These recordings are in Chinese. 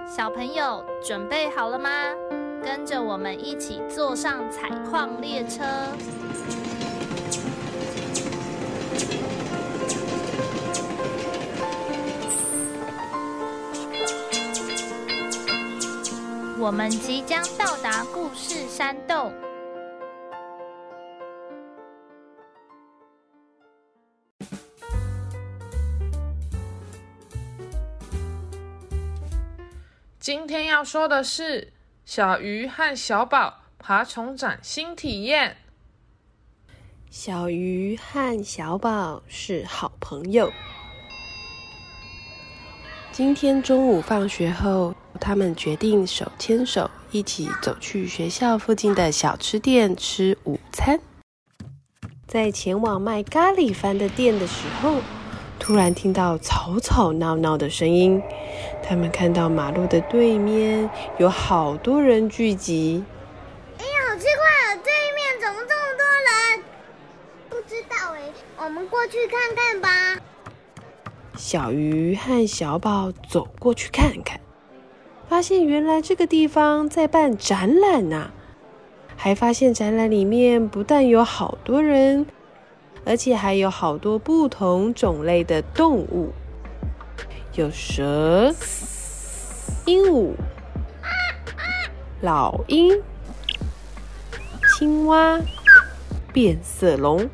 小朋友准备好了吗？跟着我们一起坐上采矿列车。我们即将到达故事山洞。 今天要说的是小鱼和小宝爬虫展新体验。 小鱼和小宝是好朋友。今天中午放学后，他们决定手牵手一起走去学校附近的小吃店吃午餐。在前往卖咖喱饭的店的时候，突然听到吵吵闹闹的声音。他们看到马路的对面有好多人聚集。 哎呀，好奇怪哦，对面怎么这么多人？不知道哎，我们过去看看吧。 小鱼和小宝走过去看看，发现原来这个地方在办展览啊，还发现展览里面不但有好多人，而且还有好多不同种类的动物，有蛇、鹦鹉、老鹰、青蛙、变色龙。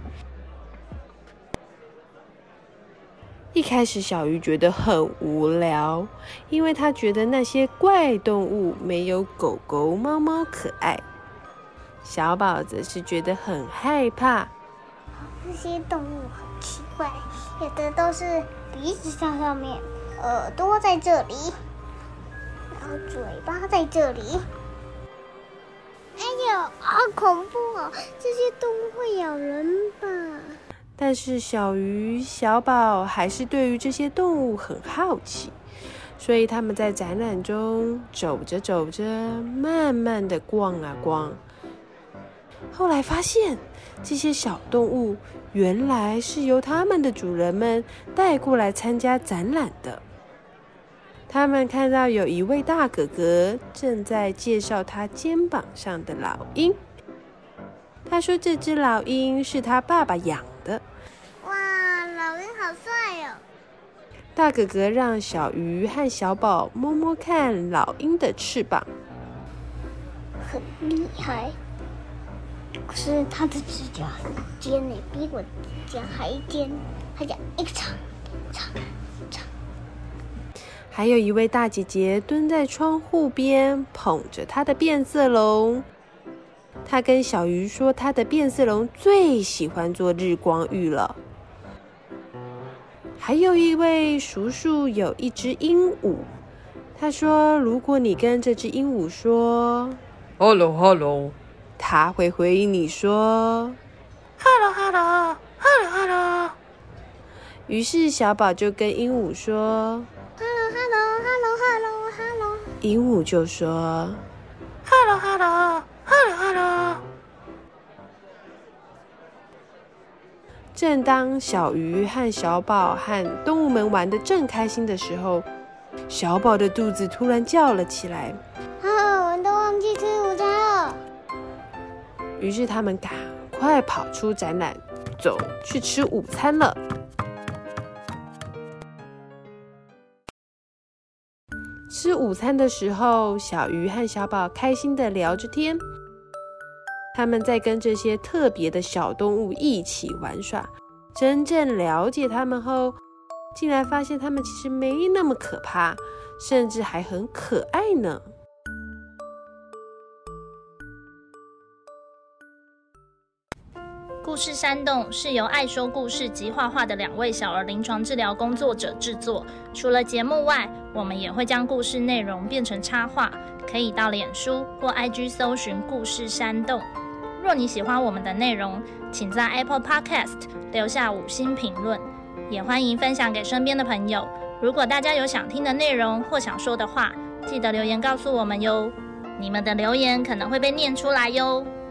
一开始小鱼觉得很无聊，因为他觉得那些怪动物没有狗狗、猫猫可爱。小宝则是觉得很害怕， 这些动物很奇怪，有的都是鼻子在上面，耳朵在这里，然后嘴巴在这里。哎呦，好恐怖哦！这些动物会咬人吧？ 但是小鱼、小宝还是对于这些动物很好奇，所以他们在展览中走着走着，慢慢的逛啊逛。后来发现，这些小动物原来是由他们的主人们带过来参加展览的。他们看到有一位大哥哥正在介绍他肩膀上的老鹰。他说这只老鹰是他爸爸养的。 哇，老鹰好帅哦！ 大哥哥让小鱼和小宝摸摸看老鹰的翅膀， 很厉害。可是他的指甲很尖耶，比我指甲还尖，他讲一个长。 还有一位大姐姐蹲在窗户边，捧着她的变色龙。她跟小鱼说，她的变色龙最喜欢做日光浴了。还有一位叔叔有一只鹦鹉，他说，如果你跟这只鹦鹉说 Hello Hello， 他会回应你说 Hello Hello Hello Hello。 于是小宝就跟鹦鹉说 Hello Hello Hello Hello Hello。 鹦鹉就说 Hello Hello Hello Hello。 正当小鱼和小宝和动物们玩得正开心的时候，小宝的肚子突然叫了起来。 我们都忘记吃午餐了。 于是他们赶快跑出展览，走去吃午餐了。吃午餐的时候，小鱼和小宝开心地聊着天。他们在跟这些特别的小动物一起玩耍，真正了解他们后，竟然发现他们其实没那么可怕，甚至还很可爱呢。 故事山洞是由爱说故事及画画的2位小儿临床治疗工作者制作。除了节目外，我们也会将故事内容变成插画，可以到脸书或 IG 搜寻故事山洞。若你喜欢我们的内容，请在 Apple Podcast 留下5星评论，也欢迎分享给身边的朋友。如果大家有想听的内容或想说的话，记得留言告诉我们哟，你们的留言可能会被念出来哟。